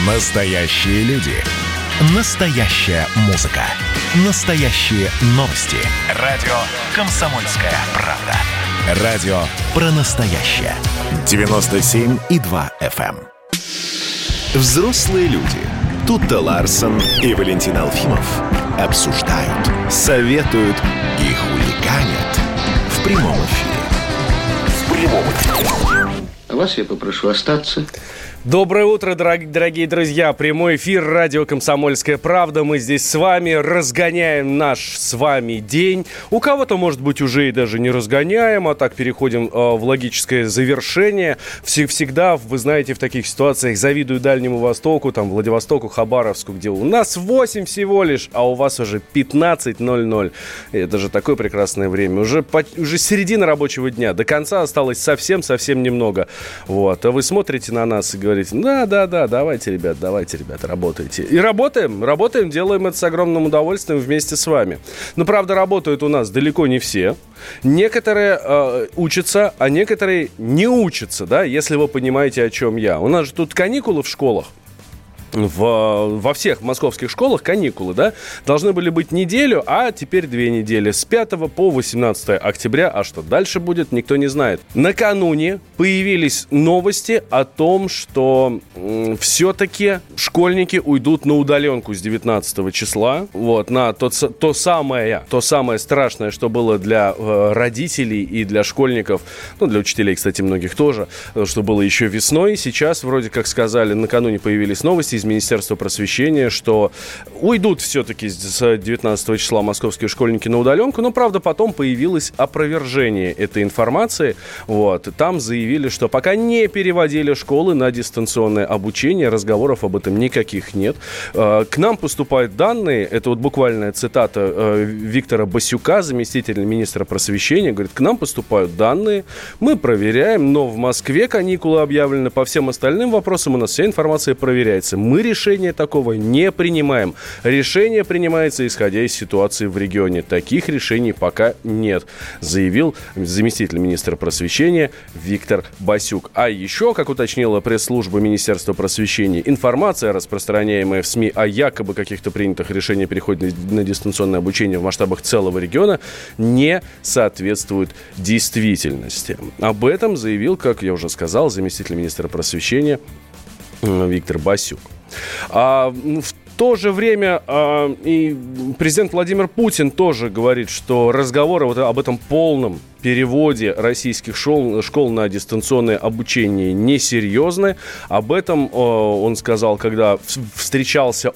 Настоящие люди. Настоящая музыка. Настоящие новости. Радио «Комсомольская правда». Радио про настоящее. 97,2 FM. Взрослые люди. Тутта Ларсон и Валентин Алфимов обсуждают, советуют и хулиганят в прямом эфире. А вас я попрошу остаться. Доброе утро, дорогие друзья. Прямой эфир, радио «Комсомольская правда». Мы здесь с вами разгоняем наш с вами день. У кого-то, может быть, уже и даже не разгоняем, а так переходим в логическое завершение. Всегда, вы знаете, в таких ситуациях завидую Дальнему Востоку, там, Владивостоку, Хабаровску, где у нас 8 всего лишь, а у вас уже 15:00. Это же такое прекрасное время. Уже середина рабочего дня. До конца осталось совсем немного. Вот. А вы смотрите на нас и говорите: да, давайте, ребята, работайте. И работаем, делаем это с огромным удовольствием вместе с вами. Но, правда, работают у нас далеко не все. Некоторые учатся, а некоторые не учатся, да, если вы понимаете, о чем я. У нас же тут каникулы в школах. Во всех московских школах каникулы, да, должны были быть неделю, а теперь 2 недели. С 5 по 18 октября. А что дальше будет, никто не знает. Накануне появились новости о том, что все-таки школьники уйдут на удаленку с 19 числа. Вот, на то самое страшное, что было для родителей и для школьников, ну, для учителей, кстати, многих тоже, что было еще весной. Сейчас, вроде как сказали, накануне появились новости из Министерства просвещения, что уйдут все-таки с 19 числа московские школьники на удаленку, но, правда, потом появилось опровержение этой информации. Вот. Там заявили, что пока не переводили школы на дистанционное обучение, разговоров об этом никаких нет. К нам поступают данные, это вот буквальная цитата Виктора Басюка, заместителя министра просвещения, говорит: к нам поступают данные, мы проверяем, но в Москве каникулы объявлены, по всем остальным вопросам у нас вся информация проверяется. Мы решения такого не принимаем. Решение принимается, исходя из ситуации в регионе. Таких решений пока нет, заявил заместитель министра просвещения Виктор Басюк. А еще, как уточнила пресс-служба Министерства просвещения, информация, распространяемая в СМИ о якобы каких-то принятых решениях перехода на дистанционное обучение в масштабах целого региона, не соответствует действительности. Об этом заявил, как я уже сказал, заместитель министра просвещения Виктор Басюк. В то же время и президент Владимир Путин тоже говорит, что разговоры вот об этом полном переводе российских школ на дистанционное обучение несерьезны. Об этом он сказал, когда встречался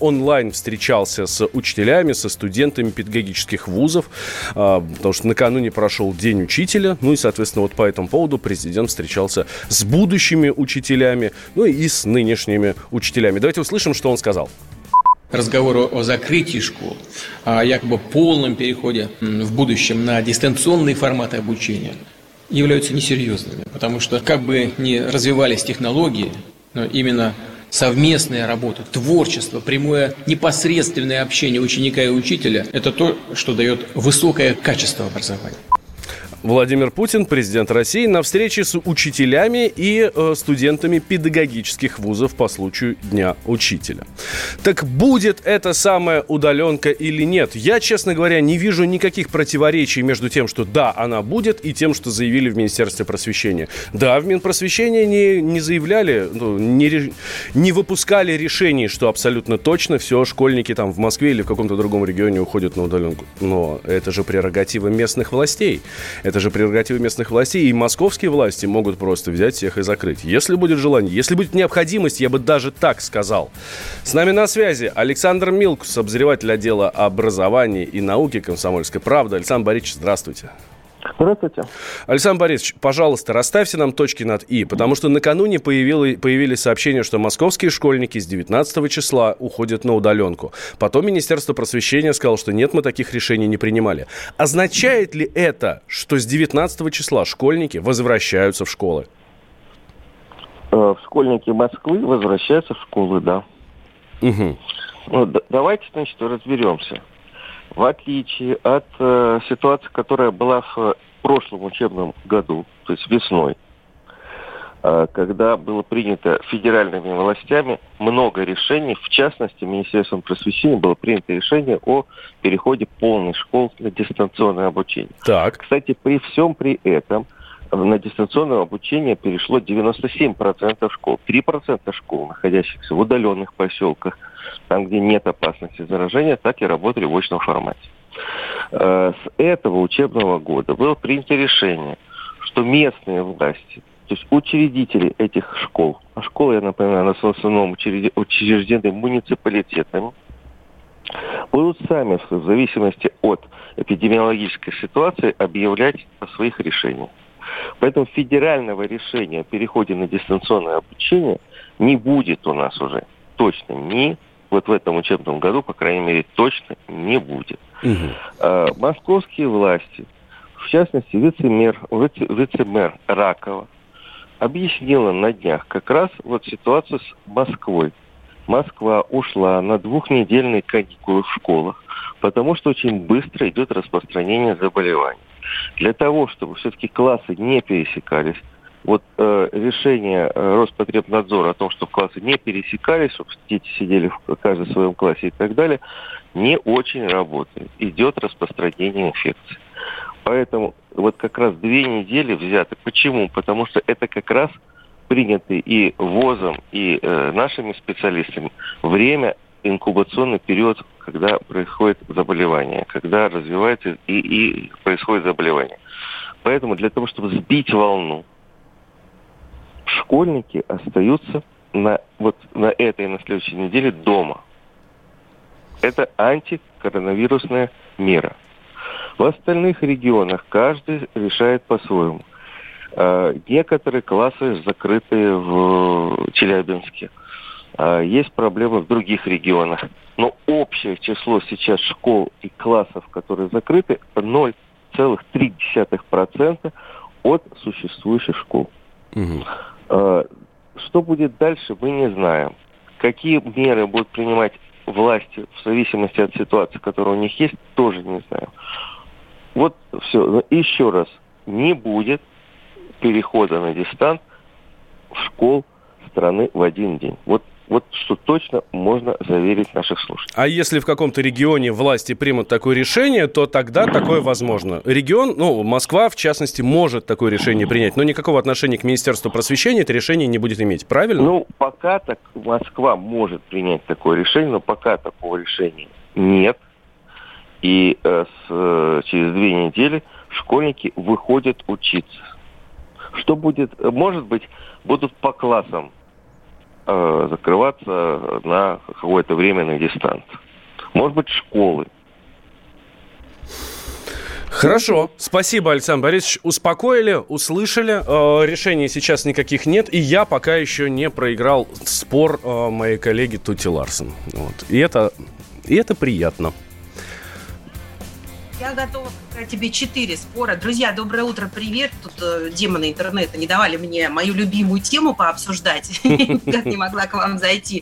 с учителями, со студентами педагогических вузов, потому что накануне прошел День учителя, ну и, соответственно, вот по этому поводу президент встречался с будущими учителями, ну и с нынешними учителями. Давайте услышим, что он сказал. Разговоры о закрытии школ, о якобы полном переходе в будущем на дистанционные форматы обучения являются несерьезными, потому что как бы ни развивались технологии, но именно совместная работа, творчество, прямое непосредственное общение ученика и учителя – это то, что дает высокое качество образования. Владимир Путин, президент России, на встрече с учителями и студентами педагогических вузов по случаю Дня учителя. Так будет эта самая удаленка или нет? Я, честно говоря, не вижу никаких противоречий между тем, что да, она будет, и тем, что заявили в Министерстве просвещения. Да, в Минпросвещении не заявляли, не выпускали решений, что абсолютно точно все школьники там в Москве или в каком-то другом регионе уходят на удаленку. Но это же прерогатива местных властей. Это же прерогатива местных властей, и московские власти могут просто взять всех и закрыть. Если будет желание, если будет необходимость, я бы даже так сказал. С нами на связи Александр Милкус, обозреватель отдела образования и науки «Комсомольской правды». Александр Борисович, здравствуйте. Здравствуйте. Александр Борисович, пожалуйста, расставьте нам точки над «и», потому что накануне появились сообщения, что московские школьники с 19 числа уходят на удаленку. Потом Министерство просвещения сказало, что нет, мы таких решений не принимали. Означает ли это, что с 19 числа школьники возвращаются в школы? Школьники Москвы возвращаются в школы, да. Угу. Давайте, значит, разберемся. В отличие от ситуации, которая была в прошлом учебном году, то есть весной, когда было принято федеральными властями много решений, в частности, Министерством просвещения было принято решение о переходе полных школ на дистанционное обучение. Так. Кстати, при всем при этом на дистанционное обучение перешло 97% школ. 3% школ, находящихся в удаленных поселках, там, где нет опасности заражения, так и работали в очном формате. С этого учебного года было принято решение, что местные власти, то есть учредители этих школ, а школы, я напоминаю, в основном учреждены муниципалитетами, будут сами, в зависимости от эпидемиологической ситуации, объявлять о своих решениях. Поэтому федерального решения о переходе на дистанционное обучение не будет у нас уже. Точно вот в этом учебном году, по крайней мере, точно не будет. Московские власти, в частности, вице-мэр Ракова, объяснила на днях как раз вот ситуацию с Москвой. Москва ушла на 2-недельные каникулы в школах, потому что очень быстро идет распространение заболеваний. Для того, чтобы все-таки классы не пересекались, вот решение Роспотребнадзора о том, что классы не пересекались, чтобы дети сидели каждый в своем классе и так далее, не очень работает. Идет распространение инфекции. Поэтому вот как раз 2 недели взяты. Почему? Потому что это как раз принятый и ВОЗом, и нашими специалистами время, инкубационный период, когда происходит заболевание, когда развивается и происходит заболевание. Поэтому для того, чтобы сбить волну, школьники остаются на этой и на следующей неделе дома. Это антикоронавирусная мера. В остальных регионах каждый решает по-своему. Некоторые классы закрыты в Челябинске. Есть проблемы в других регионах. Но общее число сейчас школ и классов, которые закрыты, 0,3% от существующих школ. Что будет дальше, мы не знаем. Какие меры будут принимать власти в зависимости от ситуации, которая у них есть, тоже не знаем. Вот все. Еще раз, не будет перехода на дистант в школ страны в один день. Вот что точно можно заверить наших слушателей. А если в каком-то регионе власти примут такое решение, то тогда такое возможно. Регион, Москва, в частности, может такое решение принять, но никакого отношения к Министерству просвещения это решение не будет иметь, правильно? Пока так Москва может принять такое решение, но пока такого решения нет. И через 2 недели школьники выходят учиться. Что будет? Может быть, будут по классам закрываться на какое-то время на дистант. Может быть, школы. Хорошо. Спасибо, Александр Борисович. Успокоили, услышали. Решений сейчас никаких нет. И я пока еще не проиграл спор моей коллеги Тути Ларсон. И это приятно. Я готова показать тебе 4 спора. Друзья, доброе утро, привет. Тут демоны интернета не давали мне мою любимую тему пообсуждать. Никак не могла к вам зайти.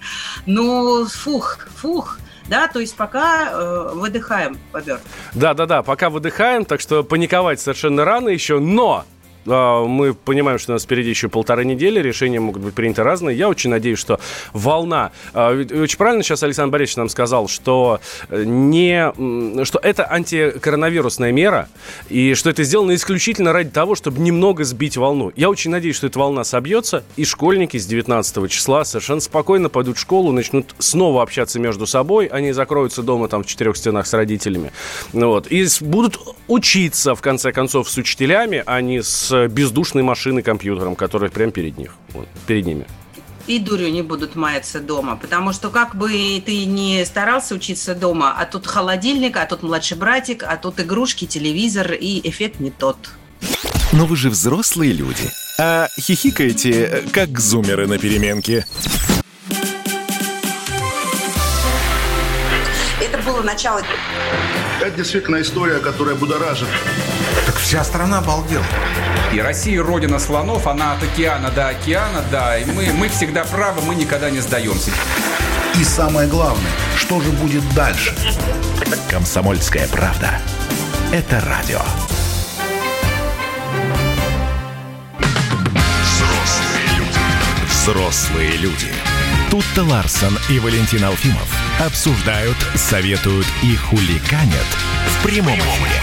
Фух. Да, то есть пока выдыхаем, Бобер. Да, пока выдыхаем, так что паниковать совершенно рано еще, но... Мы понимаем, что у нас впереди еще 1,5 недели, решения могут быть приняты разные. Я очень надеюсь, что волна... Очень правильно сейчас Александр Борисович нам сказал, что это антикоронавирусная мера, и что это сделано исключительно ради того, чтобы немного сбить волну. Я очень надеюсь, что эта волна собьется, и школьники с 19 числа совершенно спокойно пойдут в школу, начнут снова общаться между собой, они закроются дома там в 4 стенах с родителями. И будут учиться, в конце концов, с учителями, а не с бездушной машиной, компьютером, который прямо перед ними. И дурью не будут маяться дома, потому что как бы ты ни старался учиться дома, а тут холодильник, а тут младший братик, а тут игрушки, телевизор, и эффект не тот. Но вы же взрослые люди, а хихикаете, как зумеры на переменке. Это было начало. Это действительно история, которая будоражит. Так вся страна обалдела. И Россия родина слонов, она от океана до океана, да. И мы всегда правы, мы никогда не сдаемся. И самое главное, что же будет дальше? «Комсомольская правда». Это радио. Взрослые Взрослые люди. Тутта Ларсон и Валентин Алфимов обсуждают, советуют и хулиганят в прямом эфире.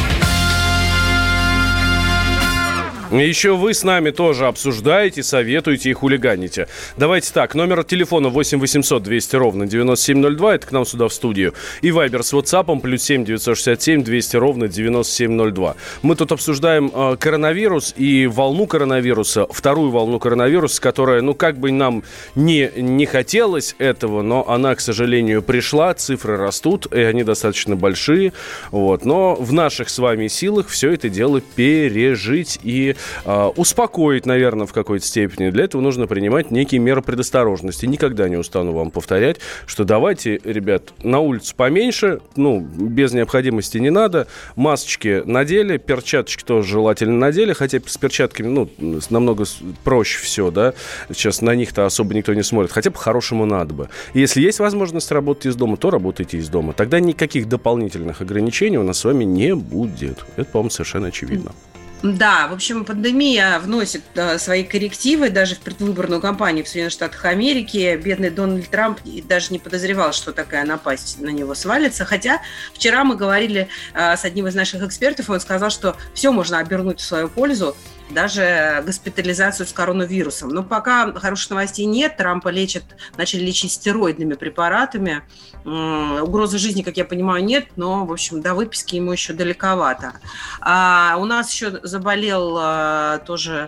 Еще вы с нами тоже обсуждаете, советуете и хулиганите. Давайте так, номер телефона 8 800 200 ровно 9702, это к нам сюда в студию. И вайбер с WhatsApp плюс 7 967 200 ровно 9702. Мы тут обсуждаем коронавирус и волну коронавируса, вторую волну коронавируса, которая, как бы нам не хотелось этого, но она, к сожалению, пришла, цифры растут, и они достаточно большие. Вот. Но в наших с вами силах все это дело пережить и успокоить, наверное, в какой-то степени. Для этого нужно принимать некие меры предосторожности. Никогда не устану вам повторять, что давайте, ребят, на улицу поменьше, без необходимости не надо. Масочки надели, перчаточки тоже желательно надели, хотя с перчатками, намного проще все, да. Сейчас на них-то особо никто не смотрит. Хотя по-хорошему надо бы. И если есть возможность работать из дома, то работайте из дома. Тогда никаких дополнительных ограничений у нас с вами не будет. Это, по-моему, совершенно очевидно. Да, в общем, пандемия вносит свои коррективы даже в предвыборную кампанию в Соединенных Штатах Америки. Бедный Дональд Трамп даже не подозревал, что такая напасть на него свалится. Хотя вчера мы говорили с одним из наших экспертов, и он сказал, что все можно обернуть в свою пользу, даже госпитализацию с коронавирусом. Но пока хороших новостей нет. Трампа начали лечить стероидными препаратами. Угрозы жизни, как я понимаю, нет, но, в общем, до выписки ему еще далековато. У нас еще заболел тоже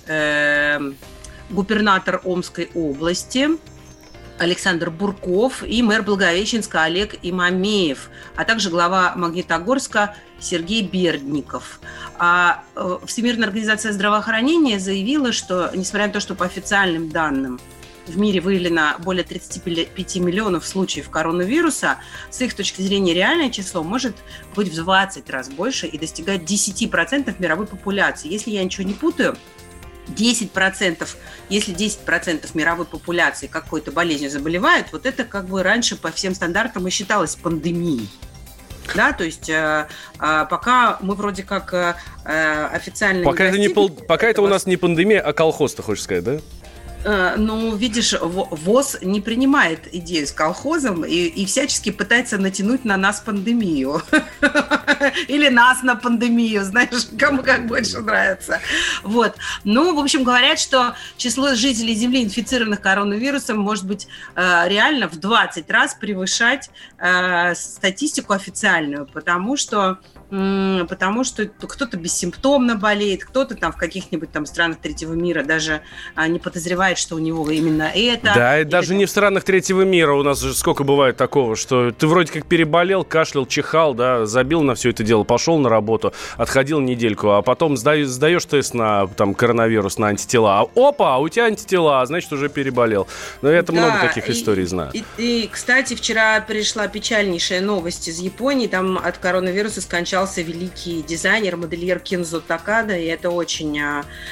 губернатор Омской области Александр Бурков и мэр Благовещенска Олег Имамеев, а также глава Магнитогорска Сергей Бердников. Всемирная организация здравоохранения заявила, что, несмотря на то, что по официальным данным в мире выявлено более 35 миллионов случаев коронавируса, с их точки зрения реальное число может быть в 20 раз больше и достигать 10% мировой популяции. Если я ничего не путаю, 10%, если 10% мировой популяции какой-то болезнью заболевают, вот это как бы раньше по всем стандартам и считалось пандемией. Да, то есть пока мы вроде как официально... Пока это у нас не пандемия, а колхоз, ты хочешь сказать, да? Видишь, ВОЗ не принимает идею с колхозом и всячески пытается натянуть на нас пандемию. Или нас на пандемию, знаешь, кому как больше нравится. Вот. В общем, говорят, что число жителей Земли, инфицированных коронавирусом, может быть реально в 20 раз превышать статистику официальную, потому что кто-то бессимптомно болеет, кто-то там в каких-нибудь там странах третьего мира даже не подозревает, что у него именно это. Да, и даже не в странах третьего мира. У нас же сколько бывает такого, что ты вроде как переболел, кашлял, чихал, да, забил на все это дело, пошел на работу, отходил недельку, а потом сдаешь тест на там, коронавирус, на антитела. Опа, у тебя антитела, значит, уже переболел. Но я много таких историй знаю. И, кстати, вчера пришла печальнейшая новость из Японии. Там от коронавируса скончался великий дизайнер, модельер Кинзо Такада, и это очень,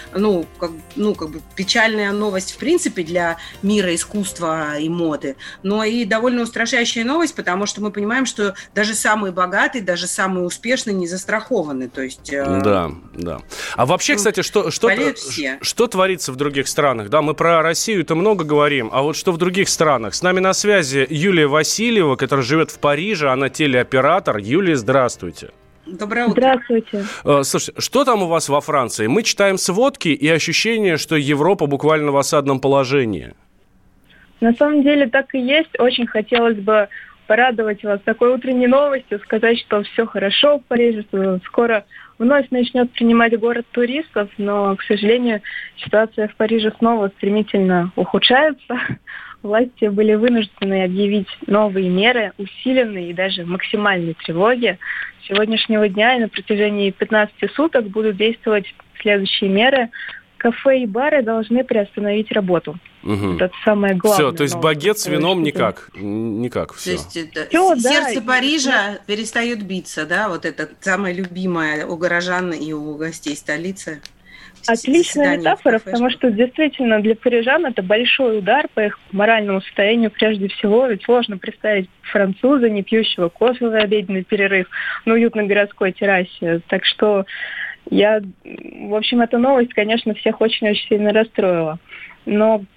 печальная новость в принципе для мира искусства и моды, но и довольно устрашающая новость, потому что мы понимаем, что даже самые богатые, даже самые успешные не застрахованы, то есть... Да. А вообще, кстати, что творится в других странах? Да, мы про Россию-то много говорим, а вот что в других странах? С нами на связи Юлия Васильева, которая живет в Париже, она телеоператор. Юлия, здравствуйте. Доброе утро. Здравствуйте. Слушайте, что там у вас во Франции? Мы читаем сводки и ощущение, что Европа буквально в осадном положении. На самом деле так и есть. Очень хотелось бы порадовать вас такой утренней новостью, сказать, что все хорошо в Париже, что скоро вновь начнет принимать город туристов, но, к сожалению, ситуация в Париже снова стремительно ухудшается. Власти были вынуждены объявить новые меры, усиленные и даже максимальной тревоги. С сегодняшнего дня и на протяжении 15 суток будут действовать следующие меры. Кафе и бары должны приостановить работу. Угу. Это самое главное. Все, то есть багет с вином никак. Все. То есть сердце Парижа перестает биться, да? Вот это самое любимое у горожан и у гостей столицы. Отличная метафора, потому что действительно для парижан это большой удар по их моральному состоянию прежде всего. Ведь сложно представить француза, не пьющего кофе в обеденный перерыв на уютной городской террасе. Так что в общем, эта новость, конечно, всех очень-очень сильно расстроила. Но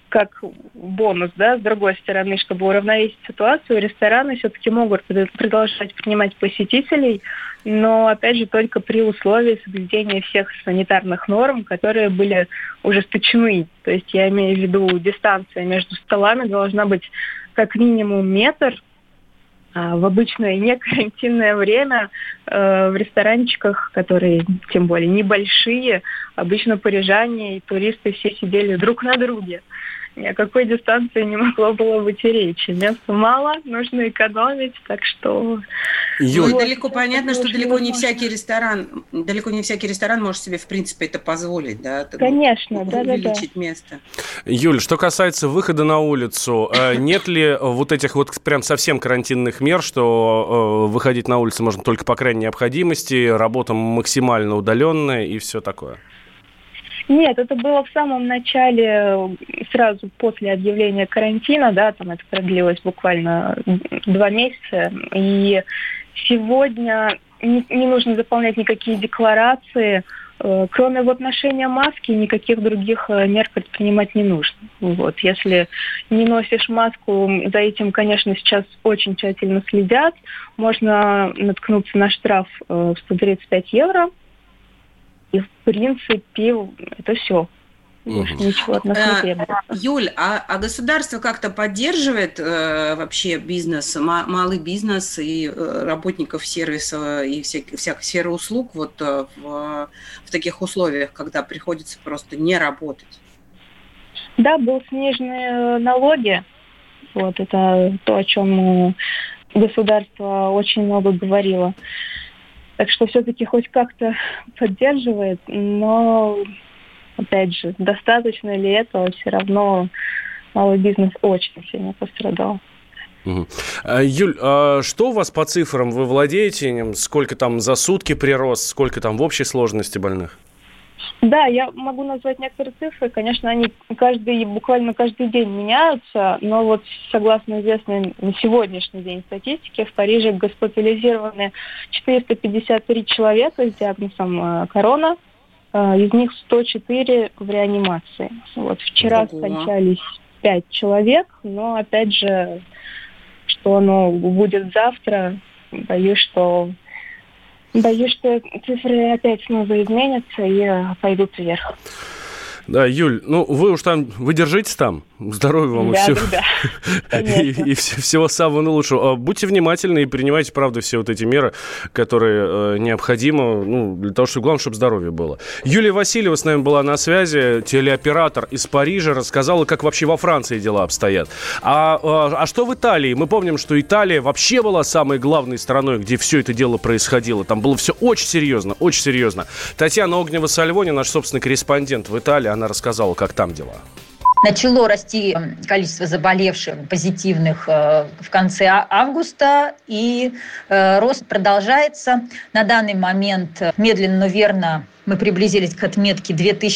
как бонус, да, с другой стороны, чтобы уравновесить ситуацию, рестораны все-таки могут продолжать принимать посетителей, но, опять же, только при условии соблюдения всех санитарных норм, которые были ужесточены. То есть я имею в виду, дистанция между столами должна быть как минимум метр. В обычное некарантинное время в ресторанчиках, которые, тем более, небольшие, обычно парижане и туристы все сидели друг на друге. Ни о какой дистанции не могло было быть и речи. Места мало, нужно экономить, так что... Юль, далеко понятно, что далеко не всякий ресторан может себе, в принципе, это позволить, да? Конечно, увеличить место. Юль, что касается выхода на улицу, нет ли вот этих вот прям совсем карантинных мер, что выходить на улицу можно только по крайней необходимости, работа максимально удаленная и все такое? Нет, это было в самом начале, сразу после объявления карантина, да, там это продлилось буквально 2 месяца, и сегодня не нужно заполнять никакие декларации, кроме вот ношения маски, никаких других мер предпринимать не нужно. Вот. Если не носишь маску, за этим, конечно, сейчас очень тщательно следят, можно наткнуться на штраф в 135 евро. И, в принципе, это все. Ничего от нас не требуется. Юль, а государство как-то поддерживает вообще бизнес, малый бизнес и работников сервиса и всякой сферы услуг вот в таких условиях, когда приходится просто не работать? Да, были снижены налоги. Вот это то, о чем государство очень много говорило. Так что все-таки хоть как-то поддерживает, но, опять же, достаточно ли этого, все равно малый бизнес очень сильно пострадал. Юль, а что у вас по цифрам? Вы владеете? Сколько там за сутки прирост? Сколько там в общей сложности больных? Да, я могу назвать некоторые цифры. Конечно, они буквально каждый день меняются, но вот согласно известной на сегодняшний день статистике, в Париже госпитализированы 453 человека с диагнозом корона, из них 104 в реанимации. Вот вчера скончались 5 человек, но опять же, что оно будет завтра, боюсь, что цифры опять снова изменятся и пойдут вверх. Да, Юль, вы уж там, вы держитесь там, здоровья вам и всего самого наилучшего. Будьте внимательны и принимайте, правда, все вот эти меры, которые необходимы, для того, чтобы, главное, чтобы здоровье было. Юлия Васильева с нами была на связи, телеоператор из Парижа, рассказала, как вообще во Франции дела обстоят. А что в Италии? Мы помним, что Италия вообще была самой главной страной, где все это дело происходило. Там было все очень серьезно, очень серьезно. Татьяна Огнева-Сальвони, наш собственный корреспондент в Италии, она рассказала, как там дела. Начало расти количество заболевших, позитивных в конце августа, и рост продолжается. На данный момент медленно, но верно мы приблизились к отметке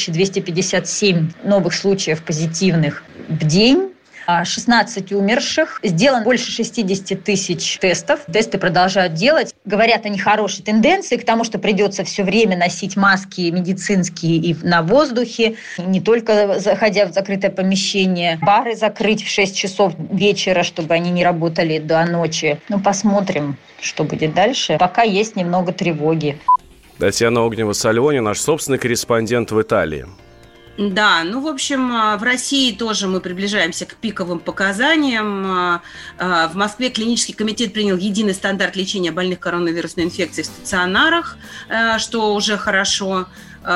2257 новых случаев позитивных в день. 16 умерших. Сделано больше 60 тысяч тестов. Тесты продолжают делать. Говорят о нехорошей тенденции к тому, что придется все время носить маски медицинские и на воздухе. Не только заходя в закрытое помещение. Бары закрыть в 6 часов вечера, чтобы они не работали до ночи. посмотрим, что будет дальше. Пока есть немного тревоги. Татьяна Огнева-Сальвони, наш собственный корреспондент в Италии. Да, в общем, в России тоже мы приближаемся к пиковым показаниям. В Москве клинический комитет принял единый стандарт лечения больных коронавирусной инфекцией в стационарах, что уже хорошо.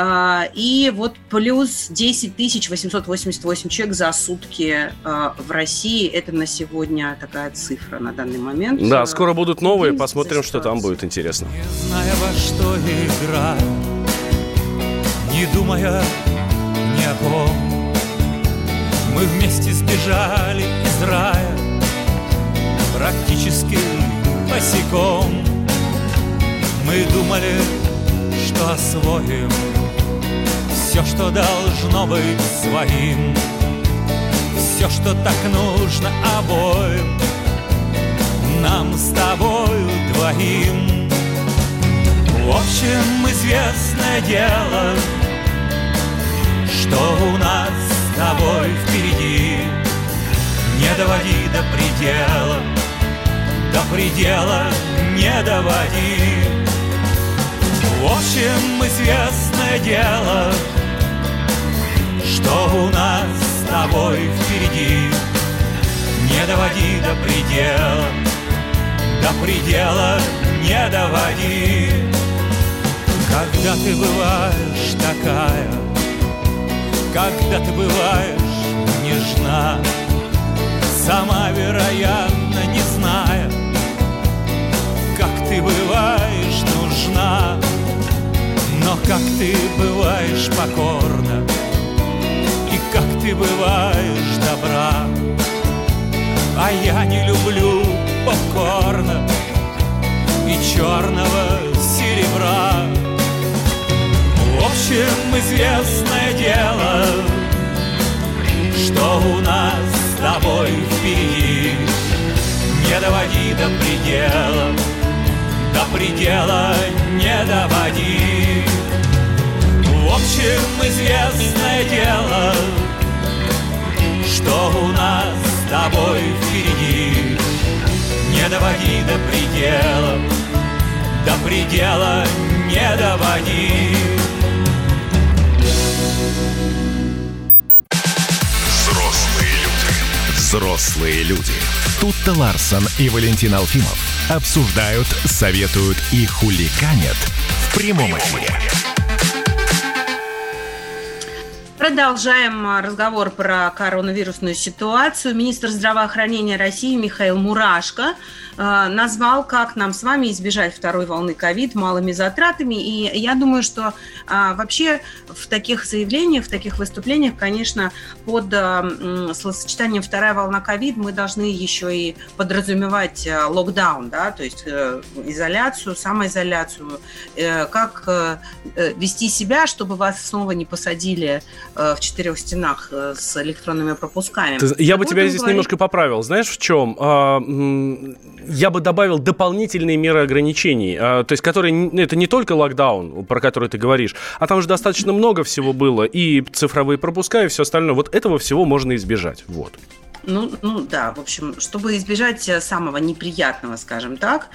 И вот плюс 10 888 человек за сутки в России. Это на сегодня такая цифра на данный момент. Да, скоро будут новые, посмотрим, что там будет интересно. Не зная, во что играю, не думая ни о ком, мы вместе сбежали из рая, практически босиком. Мы думали, что освоим все, что должно быть своим, все, что так нужно обоим, нам с тобою двоим. В общем, известное дело, что у нас тобой впереди. Не доводи до предела не доводи. В общем, известное дело, что у нас с тобой впереди. Не доводи до предела не доводи. Когда ты бываешь такая, когда ты бываешь нежна, сама, вероятно, не зная, как ты бываешь нужна. Но как ты бываешь покорна, и как ты бываешь добра. А я не люблю попкорна и черного серебра. В общем, известное дело, что у нас с тобой впереди. Не доводи до предела не доводи. В общем, известное дело, что у нас с тобой впереди. Не доводи до предела не доводи. Взрослые люди. Тут-то Ларсон и Валентин Алфимов обсуждают, советуют и хулиганят в прямом эфире. Продолжаем разговор про коронавирусную ситуацию. Министр здравоохранения России Михаил Мурашко назвал, как нам с вами избежать второй волны ковид малыми затратами. И я думаю, что вообще в таких заявлениях, в таких выступлениях, конечно, под словосочетанием «вторая волна ковид» мы должны еще и подразумевать локдаун, да, то есть изоляцию, самоизоляцию, как вести себя, чтобы вас снова не посадили в 4 стенах с электронными пропусками. Я бы тебя здесь немножко поправил. Знаешь, в чем? Я бы добавил дополнительные меры ограничений, то есть которые, это не только локдаун, про который ты говоришь, а там же достаточно много всего было, и цифровые пропуска, и все остальное. Вот этого всего можно избежать. Вот. Ну да, в общем, чтобы избежать самого неприятного, скажем так,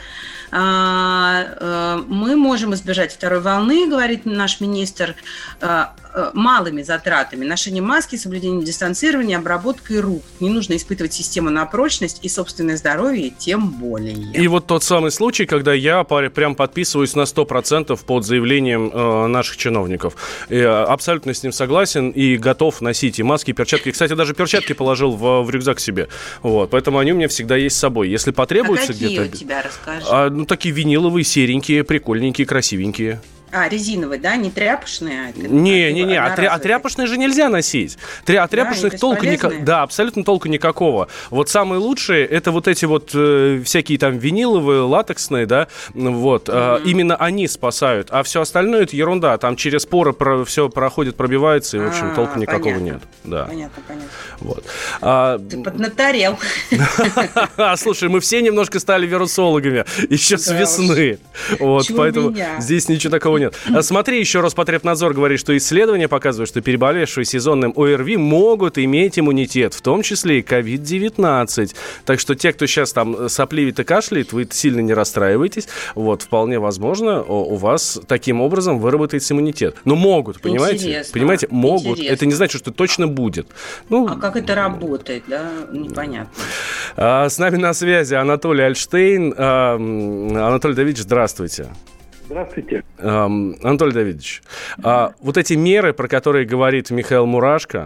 мы можем избежать второй волны, говорит наш министр, малыми затратами. Ношение маски, соблюдение дистанцирования, обработкой рук. Не нужно испытывать систему на прочность и собственное здоровье тем более. И вот тот самый случай, когда я прям подписываюсь на 100% под заявлением наших чиновников. Абсолютно с ним согласен и готов носить и маски, и перчатки. Кстати, даже перчатки положил в рюкзак себе. Вот, поэтому они у меня всегда есть с собой. Если потребуется какие где-то... у тебя, расскажи? Такие виниловые, серенькие, прикольненькие, красивенькие. Резиновые, да? Не тряпочные? Не. А тряпочные же нельзя носить. От тряпочных толку никакого. Да, абсолютно толку никакого. Вот самые лучшие, это вот эти вот всякие там виниловые, латексные, да, вот. Именно они спасают. А все остальное это ерунда. Там через поры все проходит, пробивается, и, в общем, толку никакого нет. Да. Понятно. Вот. Ты поднаторел. Слушай, мы все немножко стали вирусологами. Еще с весны. Вот, поэтому здесь ничего такого нет. Смотри, еще Роспотребнадзор говорит, что исследования показывают, что переболевшие сезонным ОРВИ могут иметь иммунитет, в том числе и COVID-19. Так что те, кто сейчас там сопливит и кашляет, вы сильно не расстраивайтесь. Вот, вполне возможно, у вас таким образом выработается иммунитет. Но могут, понимаете? Интересно. Понимаете, могут. Интересно. Это не значит, что точно будет. А как это работает, да? Непонятно. С нами на связи Анатолий Альштейн. Анатолий Давидович, здравствуйте. Здравствуйте. Анатолий Давидович, вот эти меры, про которые говорит Михаил Мурашко,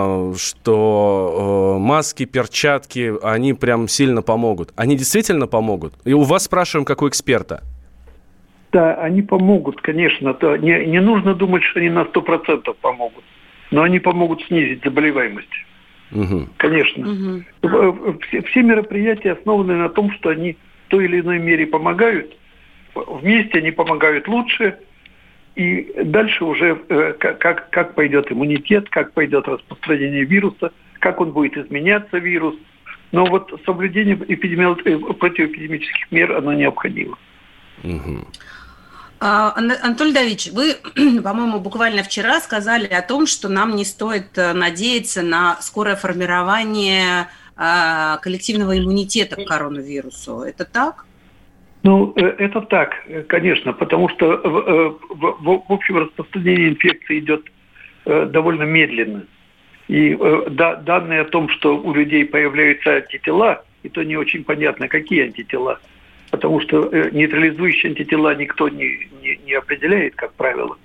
что маски, перчатки, они прям сильно помогут. Они действительно помогут? И у вас спрашиваем, как у эксперта. Да, они помогут, конечно. Не нужно думать, что они на 100% помогут. Но они помогут снизить заболеваемость. Угу. Конечно. Угу. Все мероприятия основаны на том, что они в той или иной мере помогают. Вместе они помогают лучше, и дальше уже как пойдет иммунитет, как пойдет распространение вируса, как он будет изменяться, вирус. Но вот соблюдение противоэпидемических мер, оно необходимо. Угу. Анатолий Давидович, вы, по-моему, буквально вчера сказали о том, что нам не стоит надеяться на скорое формирование коллективного иммунитета к коронавирусу. Это так? Ну, это так, конечно, потому что в общем распространение инфекции идет довольно медленно. И данные о том, что у людей появляются антитела, и то не очень понятно, какие антитела, потому что нейтрализующие антитела никто не определяет, как правило.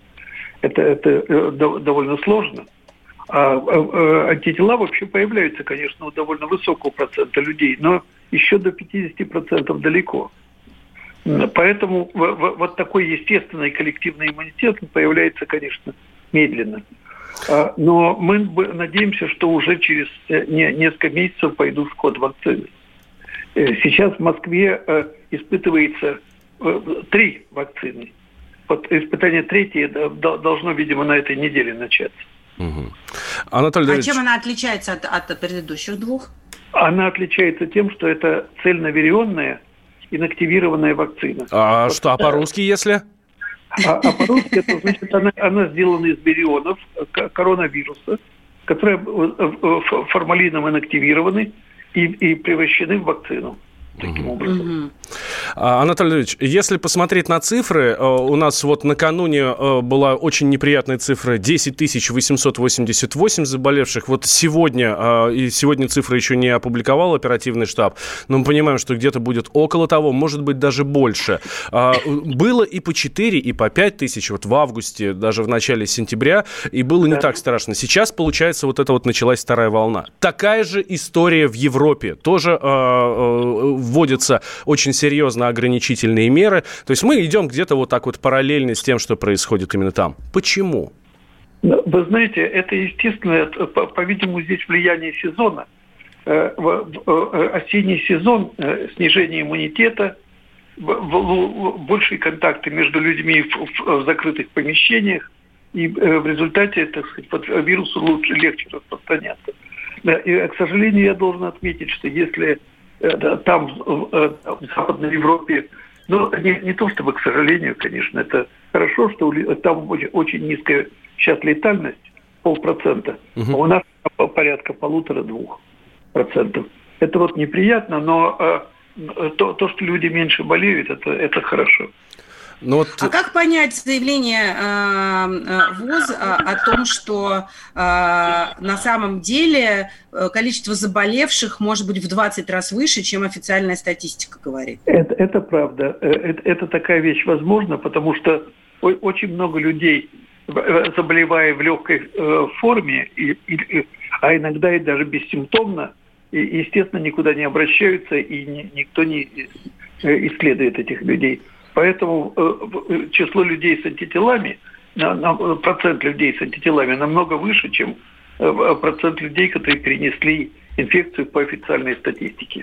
Это довольно сложно. А антитела вообще появляются, конечно, у довольно высокого процента людей, но еще до 50% далеко. Поэтому вот такой естественный коллективный иммунитет появляется, конечно, медленно. Но мы надеемся, что уже через несколько месяцев пойдут в ход вакцины. Сейчас в Москве испытывается 3 вакцины. Вот испытание 3 должно, видимо, на этой неделе начаться. Угу. Анатолий Давидович... чем она отличается от предыдущих 2? Она отличается тем, что это цельноверионная инактивированная вакцина. А по-русски, если? По-русски, это значит, она сделана из вирионов коронавируса, которые формалином инактивированы и превращены в вакцину. Таким образом. Анатолий Ильич, если посмотреть на цифры, у нас вот накануне была очень неприятная цифра 10 888 заболевших. Вот сегодня, и сегодня цифры еще не опубликовал оперативный штаб, но мы понимаем, что где-то будет около того, может быть, даже больше. Было и по 4, и по 5 тысяч вот в августе, даже в начале сентября, и было не так страшно. Сейчас, получается, вот это вот началась вторая волна. Такая же история в Европе. Тоже вводятся очень серьезно ограничительные меры. То есть мы идем где-то вот так вот параллельно с тем, что происходит именно там. Почему? Вы знаете, это естественно, по-видимому, здесь влияние сезона. Осенний сезон, снижение иммунитета, большие контакты между людьми в закрытых помещениях, и в результате, так сказать, вирусу легче распространяться. И, к сожалению, я должен отметить, что если там, в Западной Европе, ну, не то чтобы, к сожалению, конечно, это хорошо, что там очень низкая сейчас летальность, 0,5%, а у нас порядка 1,5-2%. Это вот неприятно, но то, что люди меньше болеют, это хорошо. А как понять заявление ВОЗ о том, что на самом деле количество заболевших может быть в 20 раз выше, чем официальная статистика говорит? Это правда. Это такая вещь возможна, потому что очень много людей, заболевая в легкой форме, а иногда и даже бессимптомно, естественно, никуда не обращаются, и никто не исследует этих людей. Поэтому число людей с антителами, процент людей с антителами намного выше, чем процент людей, которые перенесли инфекцию по официальной статистике.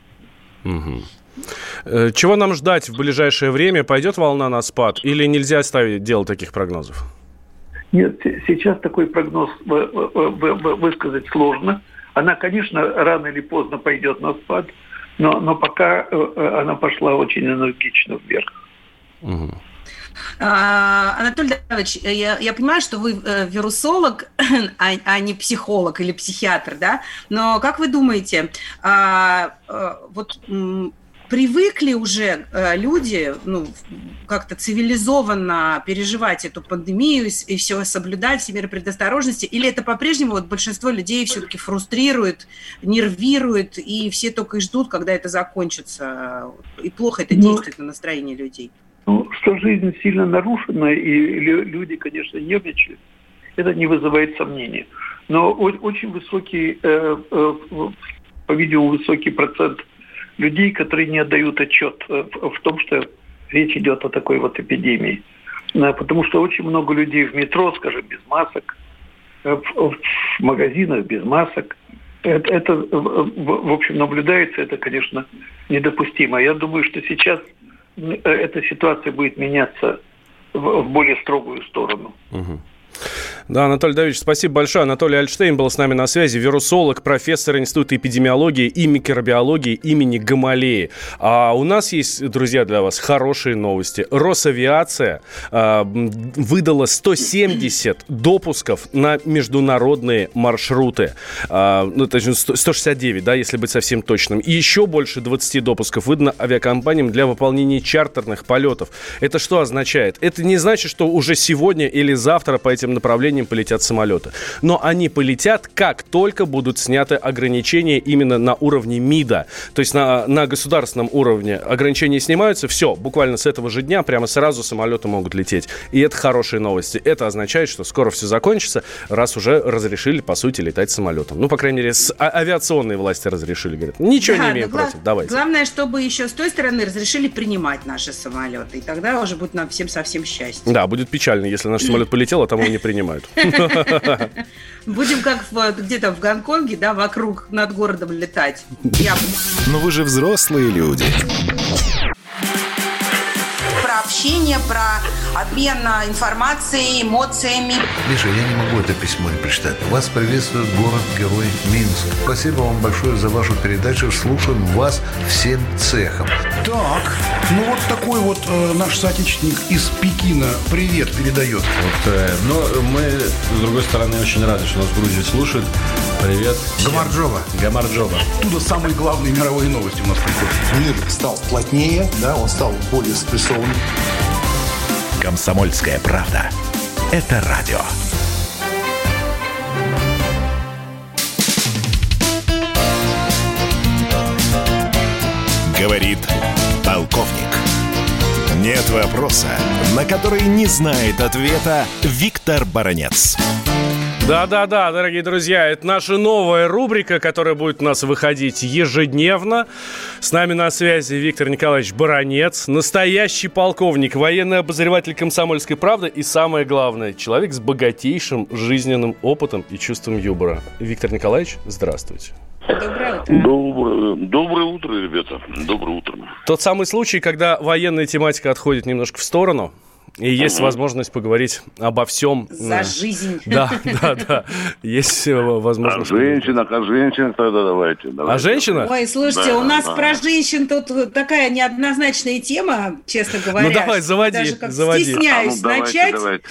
Угу. Чего нам ждать в ближайшее время? Пойдет волна на спад или нельзя делать таких прогнозов? Нет, сейчас такой прогноз высказать сложно. Она, конечно, рано или поздно пойдет на спад, но пока она пошла очень энергично вверх. Угу. Анатолий Давидович, я понимаю, что вы вирусолог, а не психолог или психиатр, да? Но как вы думаете, вот привыкли уже люди, как-то цивилизованно переживать эту пандемию и все соблюдать, все меры предосторожности, или это по-прежнему вот большинство людей все-таки фрустрирует, нервирует, и все только и ждут, когда это закончится, и плохо это действует на настроение людей? Что жизнь сильно нарушена, и люди, конечно, нервничают, это не вызывает сомнений. Но очень высокий, по-видимому, высокий процент людей, которые не отдают отчет в том, что речь идет о такой вот эпидемии. Потому что очень много людей в метро, скажем, без масок, в магазинах без масок. Это, в общем, наблюдается, это, конечно, недопустимо. Я думаю, что сейчас эта ситуация будет меняться в более строгую сторону. Угу. Да, Анатолий Давидович, спасибо большое. Анатолий Альштейн был с нами на связи, вирусолог, профессор Института эпидемиологии и микробиологии имени Гамалеи. А у нас есть, друзья, для вас хорошие новости. Росавиация выдала 170 допусков на международные маршруты. Точнее, 169, да, если быть совсем точным. И еще больше 20 допусков выдано авиакомпаниям для выполнения чартерных полетов. Это что означает? Это не значит, что уже сегодня или завтра по этим направлениям полетят самолеты. Но они полетят, как только будут сняты ограничения именно на уровне МИДа. То есть на государственном уровне ограничения снимаются, все, буквально с этого же дня прямо сразу самолеты могут лететь. И это хорошие новости. Это означает, что скоро все закончится, раз уже разрешили, по сути, летать самолетом. Ну, по крайней мере, авиационные власти разрешили. Говорят, ничего не имеем против, давайте. Главное, чтобы еще с той стороны разрешили принимать наши самолеты. И тогда уже будет нам всем совсем счастье. Да, будет печально, если наш самолет полетел, а там его не принимают. Будем как где-то в Гонконге, да, вокруг над городом летать. Но вы же взрослые люди. Про общение, про обмен информацией, эмоциями. Миша, я не могу это письмо не прочитать. Вас приветствует город-герой Минск. Спасибо вам большое за вашу передачу. Слушаем вас всем цехом. Так, ну вот такой вот наш соотечественник из Пекина привет передает. Но мы, с другой стороны, очень рады, что нас в Грузии слушают. Привет. Гамарджоба. Оттуда самые главные мировые новости у нас приходят. Мир стал плотнее, да, он стал более спрессованным. «Комсомольская правда». Это радио. Говорит полковник. Нет вопроса, на который не знает ответа Виктор Баранец. Да-да-да, дорогие друзья, это наша новая рубрика, которая будет у нас выходить ежедневно. С нами на связи Виктор Николаевич Баранец, настоящий полковник, военный обозреватель «Комсомольской правды» и, самое главное, человек с богатейшим жизненным опытом и чувством юмора. Виктор Николаевич, здравствуйте. Доброе утро. Доброе утро, ребята. Доброе утро. Тот самый случай, когда военная тематика отходит немножко в сторону, и есть возможность поговорить обо всем. За жизнь. Да. Есть возможность. О женщинах тогда давайте. О женщинах? Ой, слушайте, у нас про женщин тут такая неоднозначная тема, честно говоря. Ну давай, заводи. Даже как стесняюсь начать.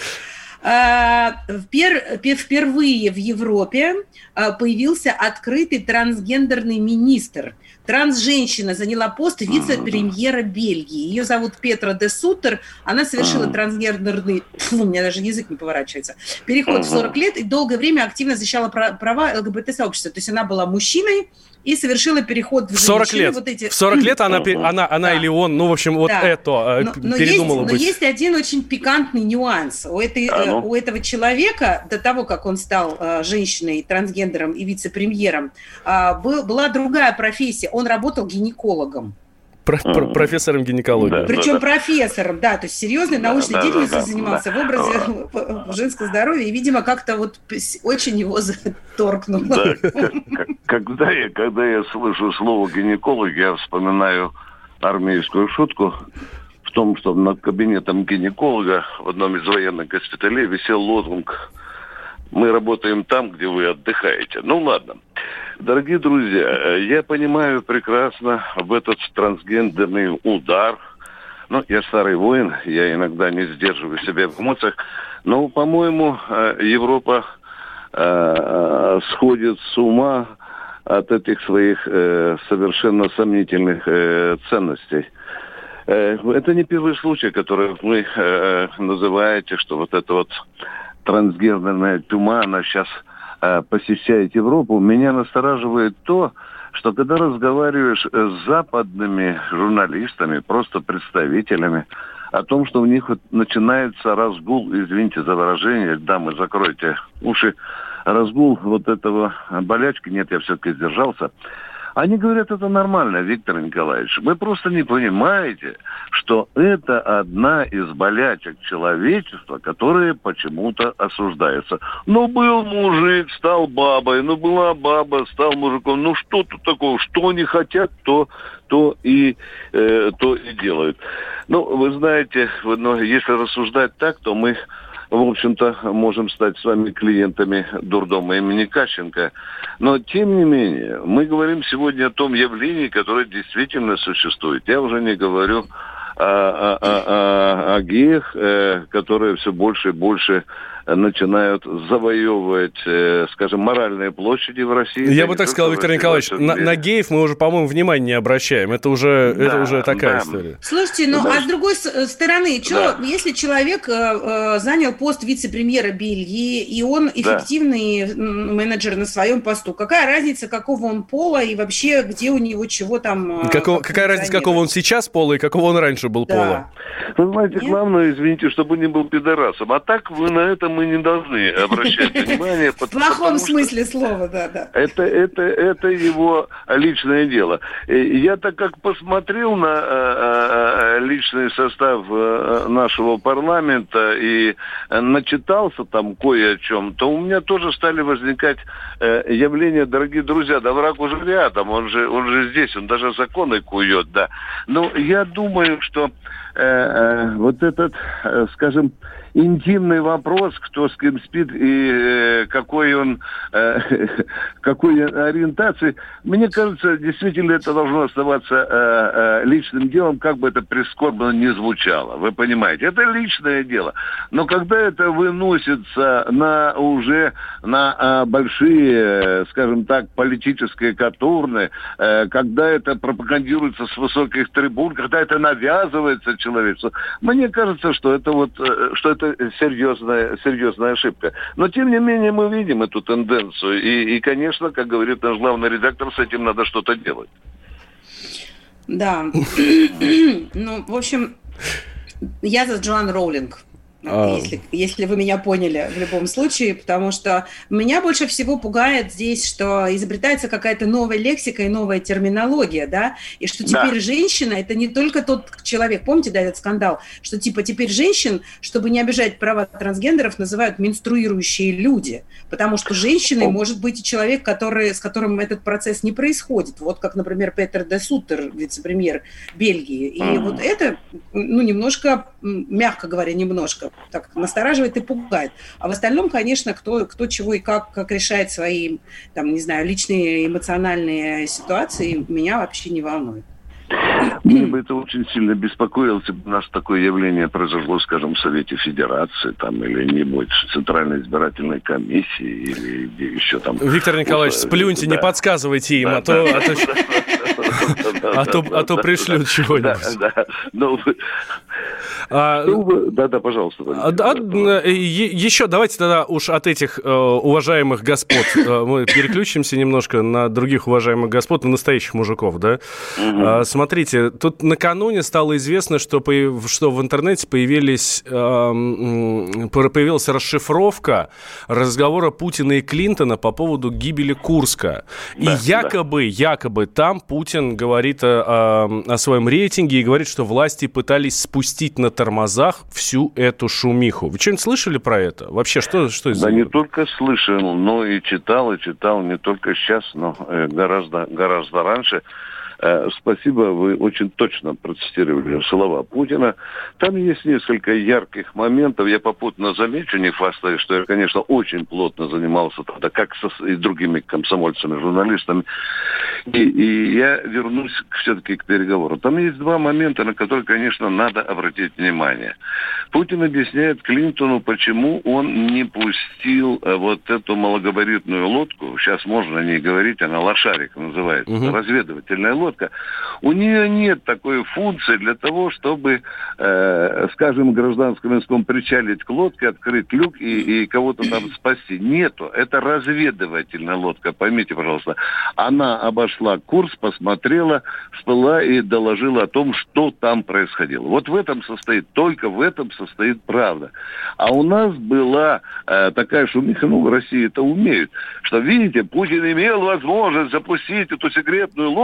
Впервые в Европе появился открытый трансгендерный министр. Трансженщина заняла пост вице-премьера Бельгии. Ее зовут Петра де Суттер. Она совершила трансгендерный, у меня даже язык не поворачивается, переход в 40 лет и долгое время активно защищала права ЛГБТ-сообщества. То есть она была мужчиной и совершила переход в 40 лет. Вот эти... В 40 лет она или он, ну, в общем, вот это передумала быть. Но есть один очень пикантный нюанс. У этого человека, до того, как он стал женщиной, трансгендером и вице-премьером, была другая профессия. Он работал гинекологом. Профессором гинекологии. Причем профессором, да, то есть серьезной научной деятельностью занимался в образе женского здоровья, и, видимо, как-то вот очень его заторкнуло. Да, когда я слышу слово гинеколог, я вспоминаю армейскую шутку в том, что над кабинетом гинеколога в одном из военных госпиталей висел лозунг: «Мы работаем там, где вы отдыхаете». Ну ладно. Дорогие друзья, я понимаю прекрасно в этот трансгендерный удар. Ну, я старый воин, я иногда не сдерживаю себя в эмоциях. Но, по-моему, Европа сходит с ума от этих своих совершенно сомнительных ценностей. Это не первый случай, который вы называете, что вот эта вот трансгендерная чума, она сейчас посещает Европу. Меня настораживает то, что когда разговариваешь с западными журналистами, просто представителями, о том, что у них вот начинается разгул, извините за выражение, дамы, закройте уши, разгул вот этого болячки, нет, я все-таки сдержался. Они говорят, это нормально, Виктор Николаевич. Вы просто не понимаете, что это одна из болячек человечества, которая почему-то осуждается. Ну, был мужик, стал бабой, ну, была баба, стал мужиком. Ну, что тут такого? Что они хотят, то и делают. Ну, вы знаете, если рассуждать так, то мы в общем-то, можем стать с вами клиентами дурдома имени Кащенко. Но, тем не менее, мы говорим сегодня о том явлении, которое действительно существует. Я уже не говорю о геях, которые все больше и больше начинают завоевывать, скажем, моральные площади в России. Я бы так сказал, Виктор Николаевич, на геев мы уже, по-моему, внимания не обращаем. Это уже такая история. Слушайте, а с другой стороны, если человек занял пост вице-премьера Бельгии, и он эффективный менеджер на своем посту, какая разница, какого он пола и вообще где у него чего там... Какая разница, какого он сейчас пола и какого он раньше был пола? Вы знаете, главное, извините, чтобы не был пидорасом. А так вы на это мы не должны обращать внимание. В плохом смысле слова, да. Это его личное дело. Я так как посмотрел на личный состав нашего парламента и начитался там кое о чем, то у меня тоже стали возникать явления, дорогие друзья, да враг уже рядом, он же здесь, он даже законы кует, да. Но я думаю, что вот этот, скажем, интимный вопрос, кто с кем спит и какой ориентации, мне кажется, действительно это должно оставаться личным делом, как бы это прискорбно ни звучало. Вы понимаете, это личное дело. Но когда это выносится на большие, скажем так, политические катурны, когда это пропагандируется с высоких трибун, когда это навязывается человечеству, мне кажется, что это серьезная ошибка. Но, тем не менее, мы видим эту тенденцию. И, конечно, как говорит наш главный редактор, с этим надо что-то делать. Да. Ну, в общем, я за Джоан Роулинг. Если вы меня поняли в любом случае, потому что меня больше всего пугает здесь, что изобретается какая-то новая лексика и новая терминология, да, и что теперь женщина – это не только тот человек, помните, да, этот скандал, что типа теперь женщин, чтобы не обижать права трансгендеров, называют менструирующие люди, потому что женщиной может быть и человек, с которым этот процесс не происходит, вот как, например, Петер де Суттер, вице-премьер Бельгии, и вот это, немножко, мягко говоря, немножко, так настораживает и пугает. А в остальном, конечно, кто чего и как решает свои, там, не знаю, личные эмоциональные ситуации, меня вообще не волнует. Мне бы это очень сильно беспокоило, если бы у нас такое явление произошло, скажем, в Совете Федерации, там, или не-нибудь в Центральной избирательной комиссии, или где еще там... Виктор Николаевич, сплюньте, не подсказывайте им, а то пришлют чего-нибудь. Да, пожалуйста. Еще давайте тогда уж от этих уважаемых господ мы переключимся немножко на других уважаемых господ, на настоящих мужиков, да? Смотрите, тут накануне стало известно, что в интернете появилась расшифровка разговора Путина и Клинтона по поводу гибели Курска. И якобы там Путин говорит о своем рейтинге и говорит, что власти пытались спустить на тормозах всю эту шумиху. Вы что-нибудь слышали про это? Вообще, что из-за Да, не только слышал, но и читал не только сейчас, но гораздо раньше. Спасибо, вы очень точно процитировали слова Путина. Там есть несколько ярких моментов. Я попутно замечу, не хвастаюсь, что я, конечно, очень плотно занимался тогда, как и другими комсомольцами, журналистами. И я вернусь все-таки к переговору. Там есть два момента, на которые, конечно, надо обратить внимание. Путин объясняет Клинтону, почему он не пустил вот эту малогабаритную лодку. Сейчас можно о ней говорить, она лошарик называется, разведывательная лодка. У нее нет такой функции для того, чтобы, скажем, в гражданском языком причалить к лодке, открыть люк и кого-то там спасти. Нету. Это разведывательная лодка. Поймите, пожалуйста. Она обошла курс, посмотрела, всплыла и доложила о том, что там происходило. Вот только в этом состоит правда. А у нас была такая шумиха, в России это умеют, что, видите, Путин имел возможность запустить эту секретную лодку и спасти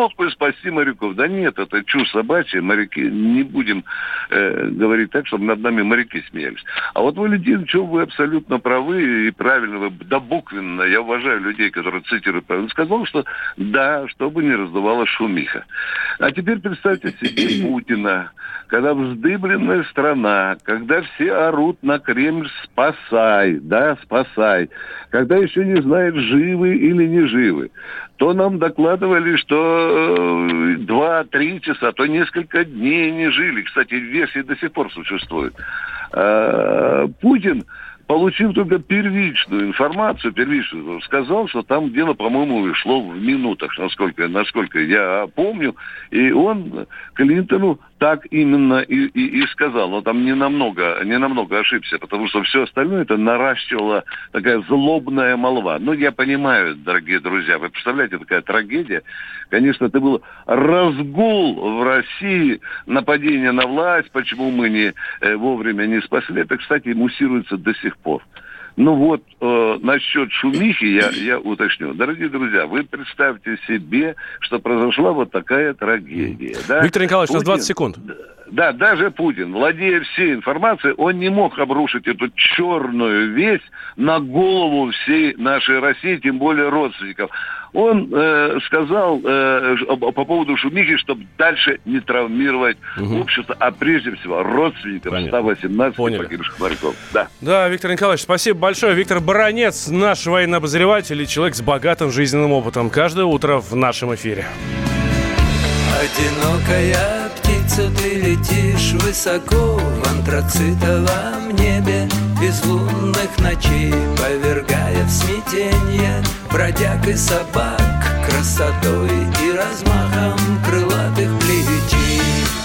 спасти моряков. Да нет, это чушь собачья, моряки, не будем говорить так, чтобы над нами моряки смеялись. А вот, Валентин, что вы абсолютно правы и правильно, вы добуквенно, я уважаю людей, которые цитируют правильно, сказал, что да, чтобы не раздувала шумиха. А теперь представьте себе Путина, когда вздыбленная страна, когда все орут на Кремль «спасай», да, «спасай», когда еще не знают, живы или не живы, то нам докладывали, что 2-3 часа, то несколько дней не жили. Кстати, версии до сих пор существуют. Путин, получив только первичную информацию, сказал, что там дело, по-моему, шло в минутах, насколько я помню. И он Клинтону так именно и сказал. Но там не намного ошибся, потому что все остальное это наращивала такая злобная молва. Ну, я понимаю, дорогие друзья, вы представляете, такая трагедия. Конечно, это был разгул в России, нападение на власть, почему мы не вовремя не спасли. Это, кстати, муссируется до сих пор. Ну вот, насчет шумихи я уточню. Дорогие друзья, вы представьте себе, что произошла вот такая трагедия. Да? Виктор Николаевич, у нас 20 секунд. Да, даже Путин, владея всей информацией, он не мог обрушить эту черную весть на голову всей нашей России, тем более родственников. Он сказал по поводу шумихи, чтобы дальше не травмировать общество, а прежде всего родственников 118 погибших моряков. Да, Виктор Николаевич, спасибо большое. Виктор Баранец, наш военный обозреватель и человек с богатым жизненным опытом. Каждое утро в нашем эфире. Одинокая птица, ты летишь высоко в антрацитовом небе безлунных ночей, повергая в смятенье бродяг и собак красотой и размахом крылатых плетей.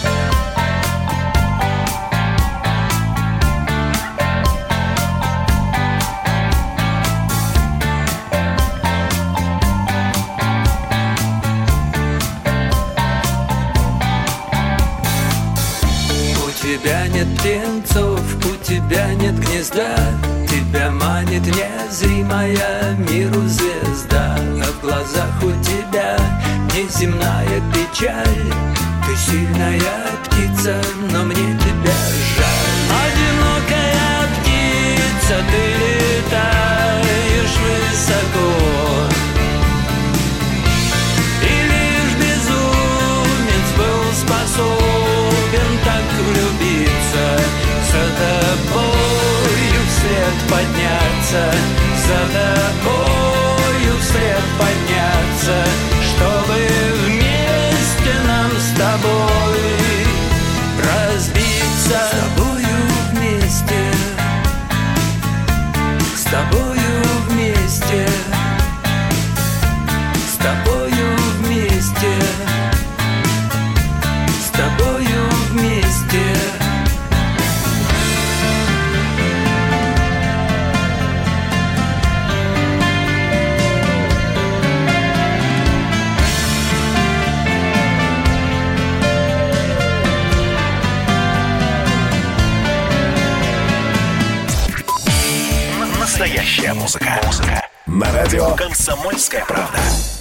У тебя нет птенцов, у тебя нет гнезда, тебя манит незримая миру звезда. А в глазах у тебя неземная печаль. Ты сильная птица, но мне тебя жаль. Одинокая птица, ты летаешь высоко, и лишь безумец был способен так влюбиться, за тобою вслед подняться, за тобою вслед подняться, чтобы вместе нам с тобой разбиться. С тобою вместе, с тобою вместе, с тобою вместе, с тобою вместе. Настоящая музыка. На радио «Комсомольская правда».